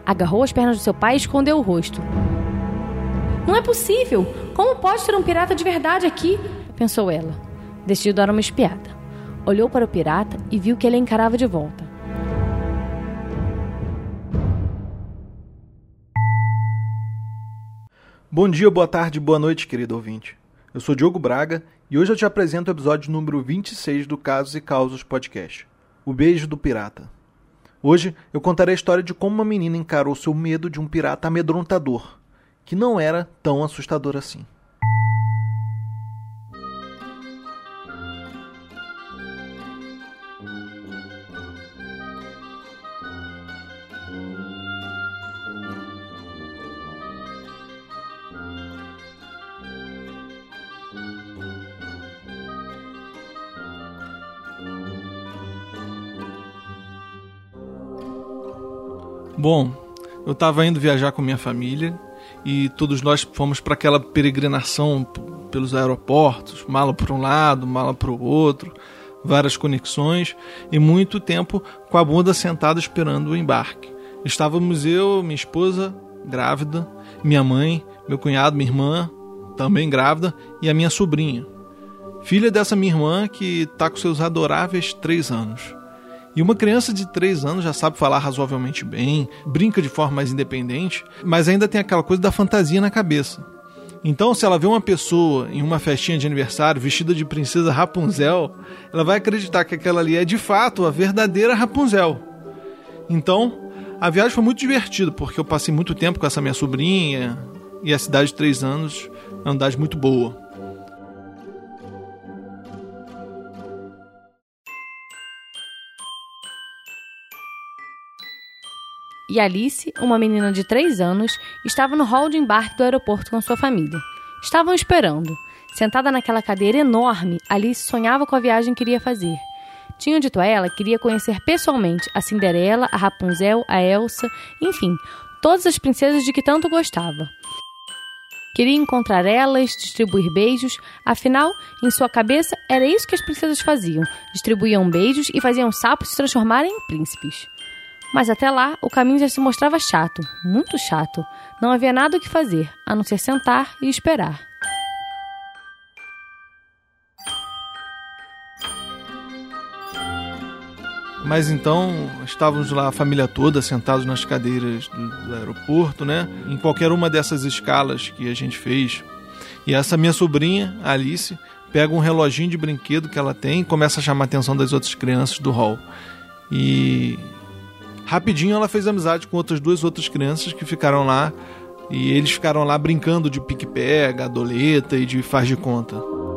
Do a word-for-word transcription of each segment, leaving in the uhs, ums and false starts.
Agarrou as pernas do seu pai e escondeu o rosto. Não é possível! Como pode ter um pirata de verdade aqui? Pensou ela. Decidiu dar uma espiada. Olhou para o pirata e viu que ele a encarava de volta. Bom dia, boa tarde, boa noite, querido ouvinte. Eu sou Diogo Braga e hoje eu te apresento o episódio número vinte e seis do Casos e Causos Podcast, O Beijo do Pirata. Hoje eu contarei a história de como uma menina encarou seu medo de um pirata amedrontador, que não era tão assustador assim. Bom, eu estava indo viajar com minha família e todos nós fomos para aquela peregrinação pelos aeroportos, mala para um lado, mala para o outro, várias conexões e muito tempo com a bunda sentada esperando o embarque. Estávamos eu, minha esposa, grávida, minha mãe, meu cunhado, minha irmã, também grávida, e a minha sobrinha, filha dessa minha irmã que está com seus adoráveis três anos. E uma criança de três anos já sabe falar razoavelmente bem, brinca de forma mais independente, mas ainda tem aquela coisa da fantasia na cabeça. Então, se ela vê uma pessoa em uma festinha de aniversário vestida de princesa Rapunzel, ela vai acreditar que aquela ali é de fato a verdadeira Rapunzel. Então, a viagem foi muito divertida, porque eu passei muito tempo com essa minha sobrinha e a cidade de três anos é uma cidade muito boa. E Alice, uma menina de três anos, estava no hall de embarque do aeroporto com sua família. Estavam esperando. Sentada naquela cadeira enorme, Alice sonhava com a viagem que iria fazer. Tinham dito a ela que iria conhecer pessoalmente a Cinderela, a Rapunzel, a Elsa, enfim, todas as princesas de que tanto gostava. Queria encontrar elas, distribuir beijos, afinal, em sua cabeça, era isso que as princesas faziam. Distribuíam beijos e faziam sapos se transformarem em príncipes. Mas até lá, o caminho já se mostrava chato, muito chato. Não havia nada o que fazer, a não ser sentar e esperar. Mas então, estávamos lá, a família toda, sentados nas cadeiras do, do aeroporto, né? Em qualquer uma dessas escalas que a gente fez. E essa minha sobrinha, Alice, pega um reloginho de brinquedo que ela tem e começa a chamar a atenção das outras crianças do hall. E rapidinho ela fez amizade com outras duas outras crianças que ficaram lá. E eles ficaram lá brincando de pique-pega, doleta e de faz de conta.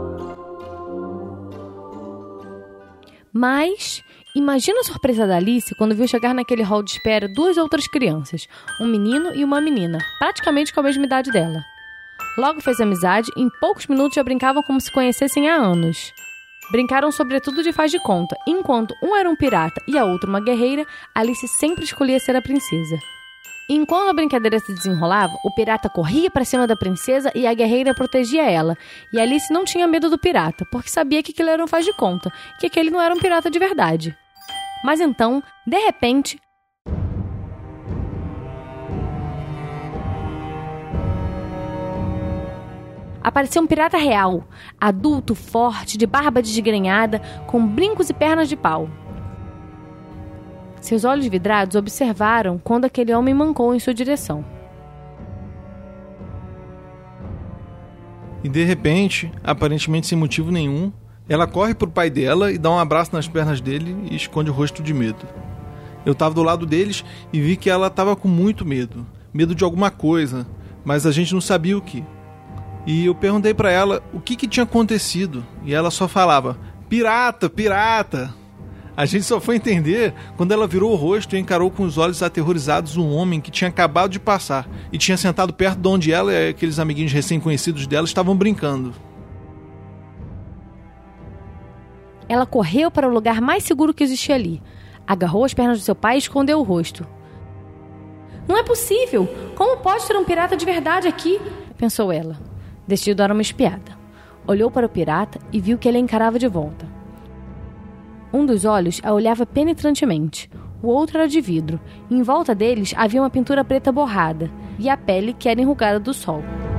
Mas imagina a surpresa da Alice quando viu chegar naquele hall de espera duas outras crianças, um menino e uma menina, praticamente com a mesma idade dela. Logo fez amizade e em poucos minutos já brincavam como se conhecessem há anos. Brincaram sobretudo de faz de conta. Enquanto um era um pirata e a outra uma guerreira, Alice sempre escolhia ser a princesa. Enquanto a brincadeira se desenrolava, o pirata corria para cima da princesa e a guerreira protegia ela. E Alice não tinha medo do pirata, porque sabia que aquilo era um faz de conta, que aquele não era um pirata de verdade. Mas então, de repente, apareceu um pirata real, adulto, forte, de barba desgrenhada, com brincos e pernas de pau. Seus olhos vidrados observaram quando aquele homem mancou em sua direção. E de repente, aparentemente sem motivo nenhum, ela corre pro pai dela e dá um abraço nas pernas dele e esconde o rosto de medo. Eu estava do lado deles e vi que ela estava com muito medo. Medo de alguma coisa, mas a gente não sabia o que. E eu perguntei para ela o que, que tinha acontecido. E ela só falava, pirata, pirata. A gente só foi entender quando ela virou o rosto e encarou com os olhos aterrorizados um homem que tinha acabado de passar e tinha sentado perto de onde ela e aqueles amiguinhos recém-conhecidos dela estavam brincando. Ela correu para o lugar mais seguro que existia ali. Agarrou as pernas do seu pai e escondeu o rosto. Não é possível! Como pode ter um pirata de verdade aqui? Pensou ela. Decidiu dar uma espiada. Olhou para o pirata e viu que ele a encarava de volta. Um dos olhos a olhava penetrantemente. o outro era de vidro, e em volta deles havia uma pintura preta borrada, e a pele que era enrugada do sol.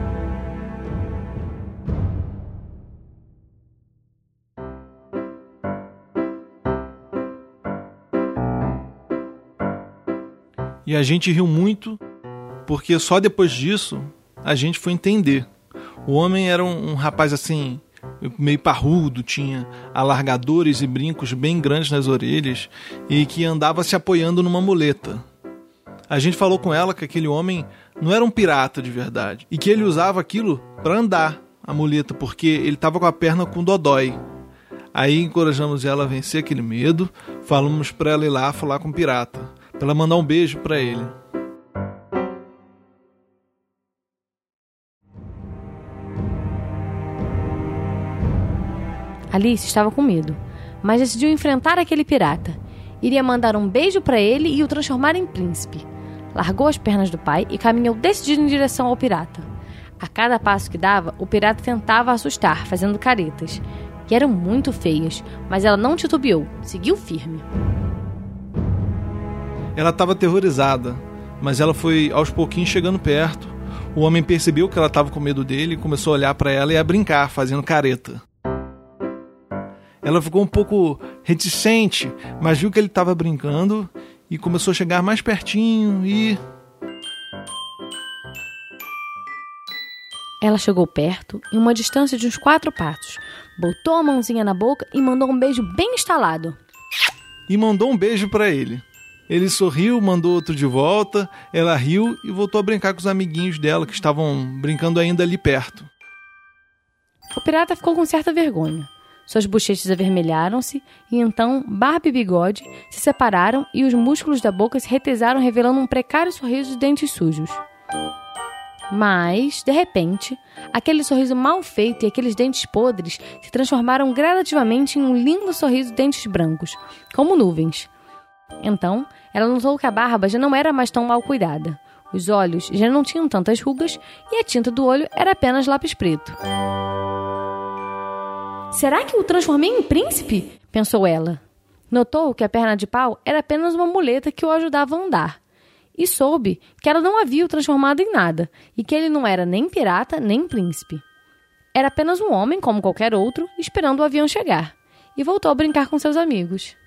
E a gente riu muito, porque só depois disso a gente foi entender. O homem era um, um rapaz assim, meio parrudo, tinha alargadores e brincos bem grandes nas orelhas e que andava se apoiando numa muleta. A gente falou com ela que aquele homem não era um pirata de verdade e que ele usava aquilo para andar, a muleta, porque ele estava com a perna com dodói. Aí encorajamos ela a vencer aquele medo, falamos para ela ir lá falar com o pirata, para ela mandar um beijo para ele. Alice estava com medo, mas decidiu enfrentar aquele pirata. Iria mandar um beijo para ele e o transformar em príncipe. Largou as pernas do pai e caminhou decidido em direção ao pirata. A cada passo que dava, o pirata tentava assustar, fazendo caretas. E eram muito feias, mas ela não titubeou, seguiu firme. Ela estava aterrorizada, mas ela foi aos pouquinhos chegando perto. O homem percebeu que ela estava com medo dele e começou a olhar para ela e a brincar, fazendo careta. Ela ficou um pouco reticente, mas viu que ele estava brincando e começou a chegar mais pertinho e... Ela chegou perto, em uma distância de uns quatro passos, botou a mãozinha na boca e mandou um beijo bem estalado. E mandou um beijo para ele. Ele sorriu, mandou outro de volta, ela riu e voltou a brincar com os amiguinhos dela que estavam brincando ainda ali perto. O pirata ficou com certa vergonha. Suas bochechas avermelharam-se e então barba e bigode se separaram e os músculos da boca se retesaram, revelando um precário sorriso de dentes sujos. Mas, de repente, aquele sorriso mal feito e aqueles dentes podres se transformaram gradativamente em um lindo sorriso de dentes brancos, como nuvens. Então, ela notou que a barba já não era mais tão mal cuidada. Os olhos já não tinham tantas rugas e a tinta do olho era apenas lápis preto. Será que o transformei em príncipe? Pensou ela. Notou que a perna de pau era apenas uma muleta que o ajudava a andar. E soube que ela não havia o transformado em nada e que ele não era nem pirata nem príncipe. Era apenas um homem, como qualquer outro, esperando o avião chegar. E voltou a brincar com seus amigos.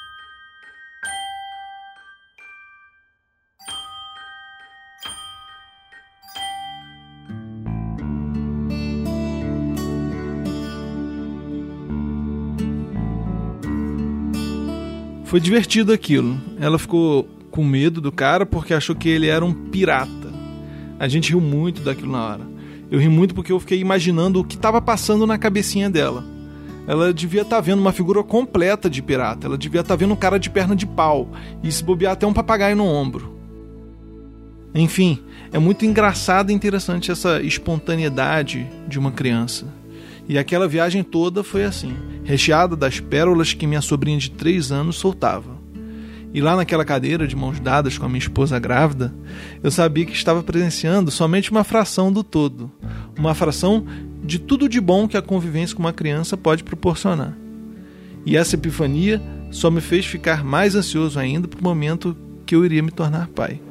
Foi divertido aquilo. Ela ficou com medo do cara porque achou que ele era um pirata. A gente riu muito daquilo na hora. Eu ri muito porque eu fiquei imaginando o que estava passando na cabecinha dela. Ela devia estar vendo uma figura completa de pirata. Ela devia estar vendo um cara de perna de pau e se bobear até um papagaio no ombro. Enfim, é muito engraçado e interessante essa espontaneidade de uma criança. E aquela viagem toda foi assim, recheada das pérolas que minha sobrinha de três anos soltava. E lá naquela cadeira, de mãos dadas com a minha esposa grávida, eu sabia que estava presenciando somente uma fração do todo. Uma fração de tudo de bom que a convivência com uma criança pode proporcionar. E essa epifania só me fez ficar mais ansioso ainda para o momento que eu iria me tornar pai.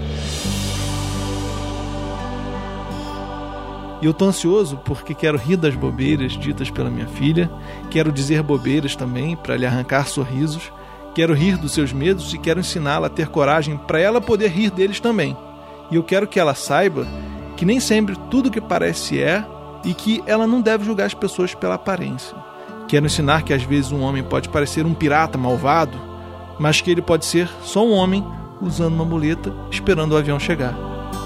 E eu tô ansioso porque quero rir das bobeiras ditas pela minha filha, quero dizer bobeiras também para lhe arrancar sorrisos, quero rir dos seus medos e quero ensiná-la a ter coragem para ela poder rir deles também. E eu quero que ela saiba que nem sempre tudo que parece é e que ela não deve julgar as pessoas pela aparência. Quero ensinar que às vezes um homem pode parecer um pirata malvado, mas que ele pode ser só um homem usando uma muleta esperando o avião chegar.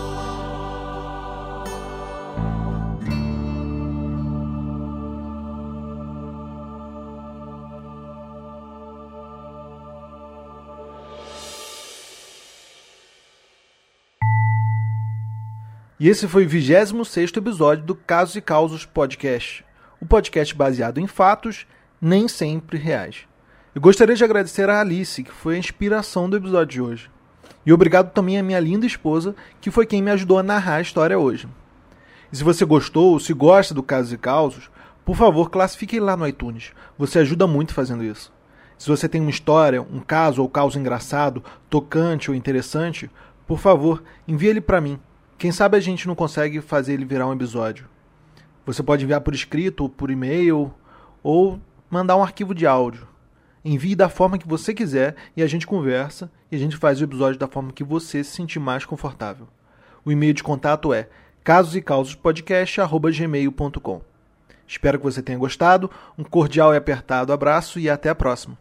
E esse foi o vigésimo sexto episódio do Casos e Causos Podcast, o podcast baseado em fatos, nem sempre reais. Eu gostaria de agradecer a Alice, que foi a inspiração do episódio de hoje. E obrigado também à minha linda esposa, que foi quem me ajudou a narrar a história hoje. E se você gostou ou se gosta do Casos e Causos, por favor, classifique ele lá no iTunes. Você ajuda muito fazendo isso. Se você tem uma história, um caso ou caso engraçado, tocante ou interessante, por favor, envie ele para mim. Quem sabe a gente não consegue fazer ele virar um episódio. Você pode enviar por escrito, ou por e-mail, ou mandar um arquivo de áudio. Envie da forma que você quiser e a gente conversa e a gente faz o episódio da forma que você se sentir mais confortável. O e-mail de contato é casos e causos podcast arroba gmail ponto com. Espero que você tenha gostado, um cordial e apertado abraço e até a próxima.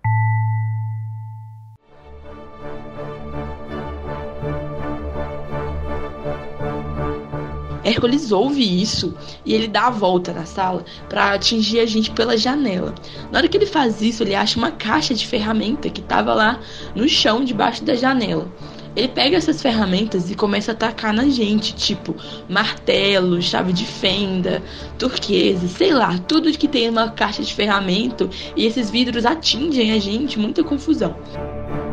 Hércules ouve isso e ele dá a volta na sala para atingir a gente pela janela. Na hora que ele faz isso, ele acha uma caixa de ferramenta que estava lá no chão debaixo da janela. Ele pega essas ferramentas e começa a atacar na gente, tipo martelo, chave de fenda, turquesa, sei lá, tudo que tem uma caixa de ferramenta, e esses vidros atingem a gente, muita confusão.